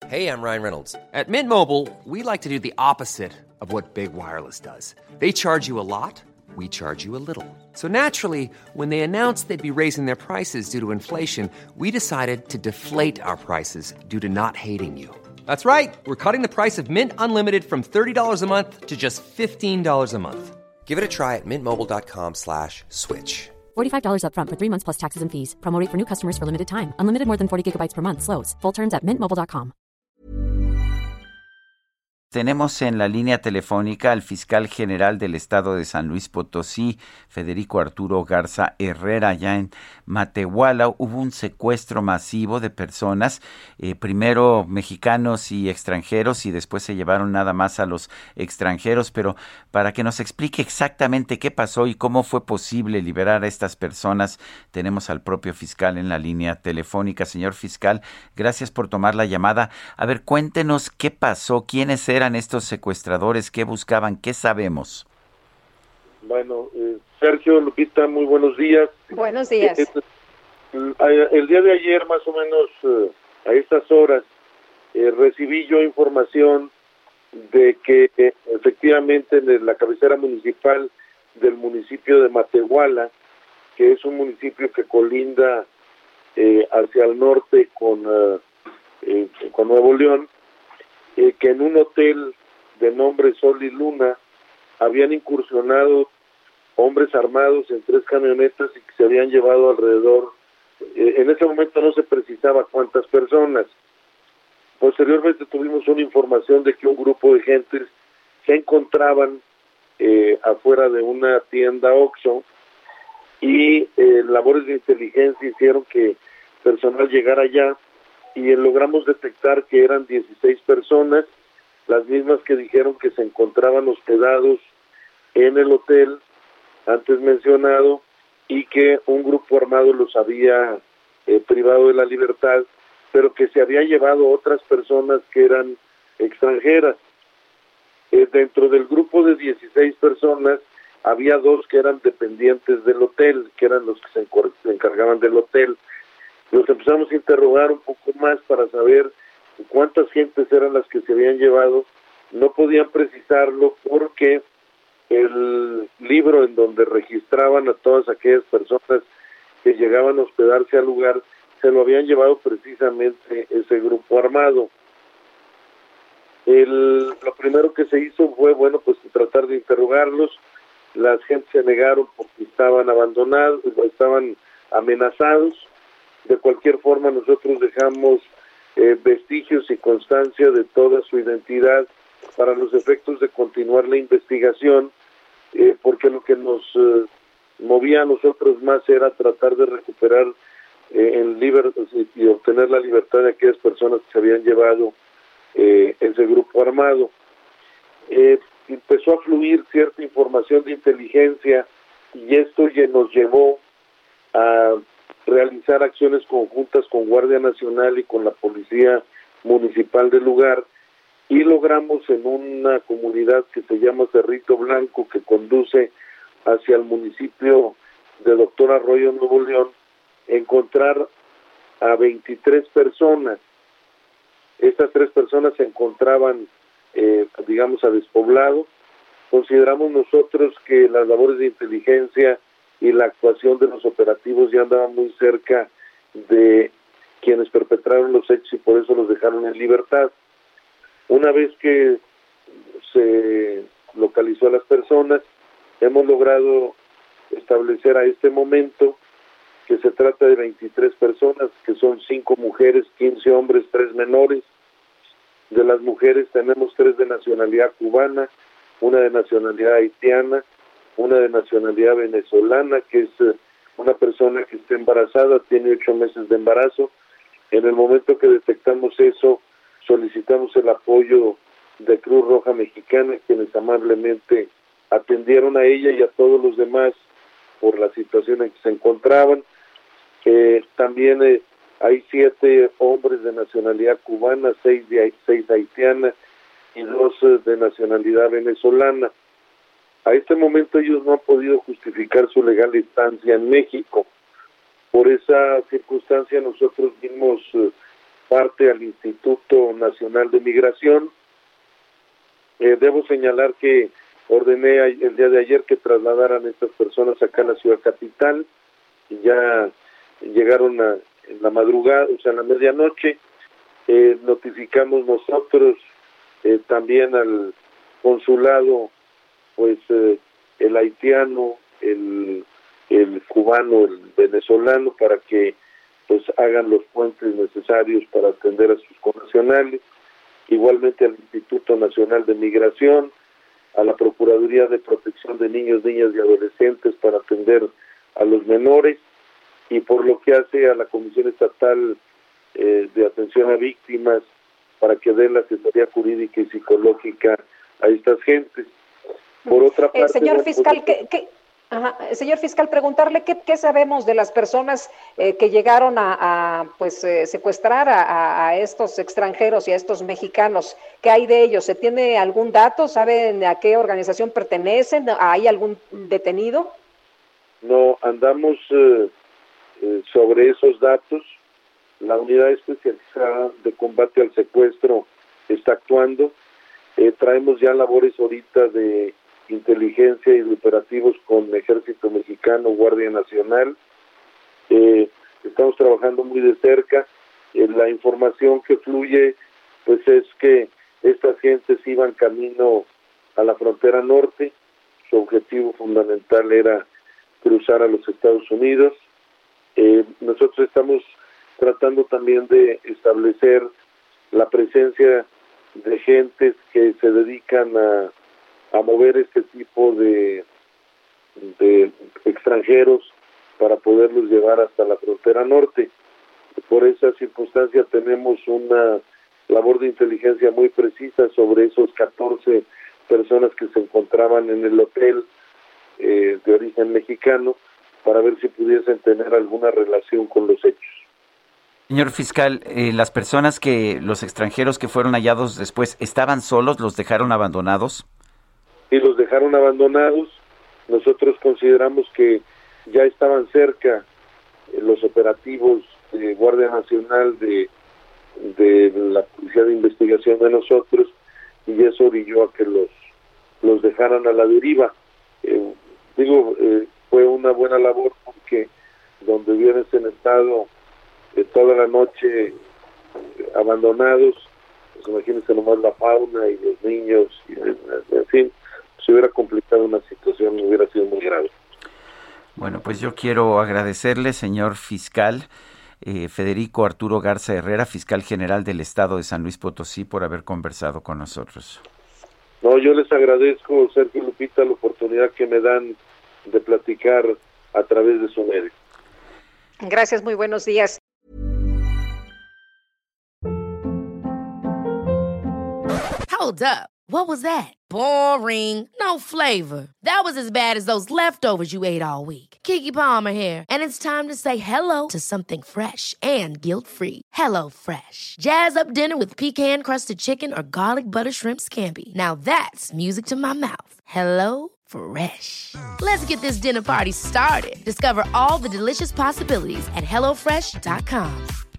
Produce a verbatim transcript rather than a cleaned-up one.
Hey, I'm Ryan Reynolds. At Mint Mobile, we like to do the opposite of what Big Wireless does. They charge you a lot, we charge you a little. So naturally, when they announced they'd be raising their prices due to inflation, we decided to deflate our prices due to not hating you. That's right. We're cutting the price of Mint Unlimited from thirty dollars a month to just fifteen dollars a month. Give it a try at mintmobile.com slash switch. forty-five dollars up front for three months plus taxes and fees. Promo rate for new customers for limited time. Unlimited more than forty gigabytes per month. Slows full terms at mint mobile dot com. Tenemos en la línea telefónica al fiscal general del estado de San Luis Potosí, Federico Arturo Garza Herrera. Allá en Matehuala hubo un secuestro masivo de personas, eh, primero mexicanos y extranjeros, y después se llevaron nada más a los extranjeros. Pero para que nos explique exactamente qué pasó y cómo fue posible liberar a estas personas, tenemos al propio fiscal en la línea telefónica. Señor fiscal, gracias por tomar la llamada. A ver, cuéntenos qué pasó, quiénes eran estos secuestradores, qué buscaban, qué sabemos. Bueno, eh, Sergio, Lupita, muy buenos días. Buenos días. Eh, eh, el día de ayer, más o menos eh, a estas horas, eh, recibí yo información de que eh, efectivamente en la cabecera municipal del municipio de Matehuala, que es un municipio que colinda eh, hacia el norte con, uh, eh, con Nuevo León, Eh, que en un hotel de nombre Sol y Luna habían incursionado hombres armados en tres camionetas y que se habían llevado alrededor, eh, en ese momento no se precisaba cuántas personas. Posteriormente tuvimos una información de que un grupo de gentes se encontraban eh, afuera de una tienda Oxxo y eh, labores de inteligencia hicieron que personal llegara allá y logramos detectar que eran dieciséis personas, las mismas que dijeron que se encontraban hospedados en el hotel antes mencionado y que un grupo armado los había eh, privado de la libertad, pero que se había llevado otras personas que eran extranjeras. Eh, dentro del grupo de dieciséis personas había dos que eran dependientes del hotel, que eran los que se encargaban del hotel. Los empezamos a interrogar un poco más para saber cuántas gentes eran las que se habían llevado. No podían precisarlo porque el libro en donde registraban a todas aquellas personas que llegaban a hospedarse al lugar, se lo habían llevado precisamente ese grupo armado. El, lo primero que se hizo fue, bueno, pues tratar de interrogarlos. Las gentes se negaron porque estaban abandonados, estaban amenazados. De cualquier forma, nosotros dejamos eh, vestigios y constancia de toda su identidad para los efectos de continuar la investigación, eh, porque lo que nos eh, movía a nosotros más era tratar de recuperar eh, en libertad y obtener la libertad de aquellas personas que se habían llevado eh, ese grupo armado. Eh, empezó a fluir cierta información de inteligencia y esto ya nos llevó a realizar acciones conjuntas con Guardia Nacional y con la Policía Municipal del lugar, y logramos en una comunidad que se llama Cerrito Blanco, que conduce hacia el municipio de Doctor Arroyo, Nuevo León, encontrar a veintitrés personas. Estas tres personas se encontraban, eh, digamos, a despoblado. Consideramos nosotros que las labores de inteligencia y la actuación de los operativos ya andaban muy cerca de quienes perpetraron los hechos y por eso los dejaron en libertad. Una vez que se localizó a las personas, hemos logrado establecer a este momento que se trata de veintitrés personas, que son cinco mujeres, quince hombres, tres menores. De las mujeres tenemos tres de nacionalidad cubana, una de nacionalidad haitiana, una de nacionalidad venezolana, que es eh, una persona que está embarazada, tiene ocho meses de embarazo. En el momento que detectamos eso, solicitamos el apoyo de Cruz Roja Mexicana, quienes amablemente atendieron a ella y a todos los demás por la situación en que se encontraban. Eh, también eh, hay siete hombres de nacionalidad cubana, seis de seis haitiana y dos eh, de nacionalidad venezolana. A este momento ellos no han podido justificar su legal estancia en México. Por esa circunstancia nosotros dimos eh, parte al Instituto Nacional de Migración. Eh, debo señalar que ordené el día de ayer que trasladaran a estas personas acá a la ciudad capital, y ya llegaron a, en la madrugada, o sea, en la medianoche. Eh, notificamos nosotros eh, también al consulado, pues eh, el haitiano, el, el cubano, el venezolano, para que pues hagan los puentes necesarios para atender a sus connacionales, igualmente al Instituto Nacional de Migración, a la Procuraduría de Protección de Niños, Niñas y Adolescentes para atender a los menores, y por lo que hace a la Comisión Estatal eh, de Atención a Víctimas para que dé la asesoría jurídica y psicológica a estas gentes. Por otra parte, eh, señor fiscal, pues, ¿qué, qué, ajá, señor fiscal, preguntarle qué, qué sabemos de las personas eh, que llegaron a, a pues eh, secuestrar a, a estos extranjeros y a estos mexicanos. ¿Qué hay de ellos? ¿Se tiene algún dato? ¿Saben a qué organización pertenecen? ¿Hay algún detenido? No, andamos eh, eh, sobre esos datos. La unidad especializada de combate al secuestro está actuando. Eh, traemos ya labores ahorita de inteligencia y de operativos con Ejército Mexicano, Guardia Nacional. Eh, estamos trabajando muy de cerca. Eh, la información que fluye, pues es que estas gentes iban camino a la frontera norte. Su objetivo fundamental era cruzar a los Estados Unidos. Eh, nosotros estamos tratando también de establecer la presencia de gentes que se dedican a, a mover este tipo de, de extranjeros para poderlos llevar hasta la frontera norte. Por esa circunstancia tenemos una labor de inteligencia muy precisa sobre esos catorce personas que se encontraban en el hotel eh, de origen mexicano, para ver si pudiesen tener alguna relación con los hechos. Señor fiscal, eh, las personas que, los extranjeros que fueron hallados después, ¿estaban solos? ¿Los dejaron abandonados? Sí, los dejaron abandonados. Nosotros consideramos que ya estaban cerca eh, los operativos de Guardia Nacional, de, de la Policía de Investigación de nosotros, y eso orilló a que los, los dejaran a la deriva. Eh, digo, eh, fue una buena labor porque donde hubiesen estado eh, toda la noche eh, abandonados, pues imagínense nomás la fauna y los niños, y en fin, se hubiera complicado una situación, hubiera sido muy grave. Bueno, pues yo quiero agradecerle, señor fiscal, eh, Federico Arturo Garza Herrera, fiscal general del Estado de San Luis Potosí, por haber conversado con nosotros. No, yo les agradezco, Sergio, Lupita, la oportunidad que me dan de platicar a través de su medio. Gracias, muy buenos días. Hold up. What was that? Boring. No flavor. That was as bad as those leftovers you ate all week. Keke Palmer here, and it's time to say hello to something fresh and guilt-free. Hello Fresh. Jazz up dinner with pecan-crusted chicken or garlic butter shrimp scampi. Now that's music to my mouth. Hello Fresh. Let's get this dinner party started. Discover all the delicious possibilities at hello fresh dot com.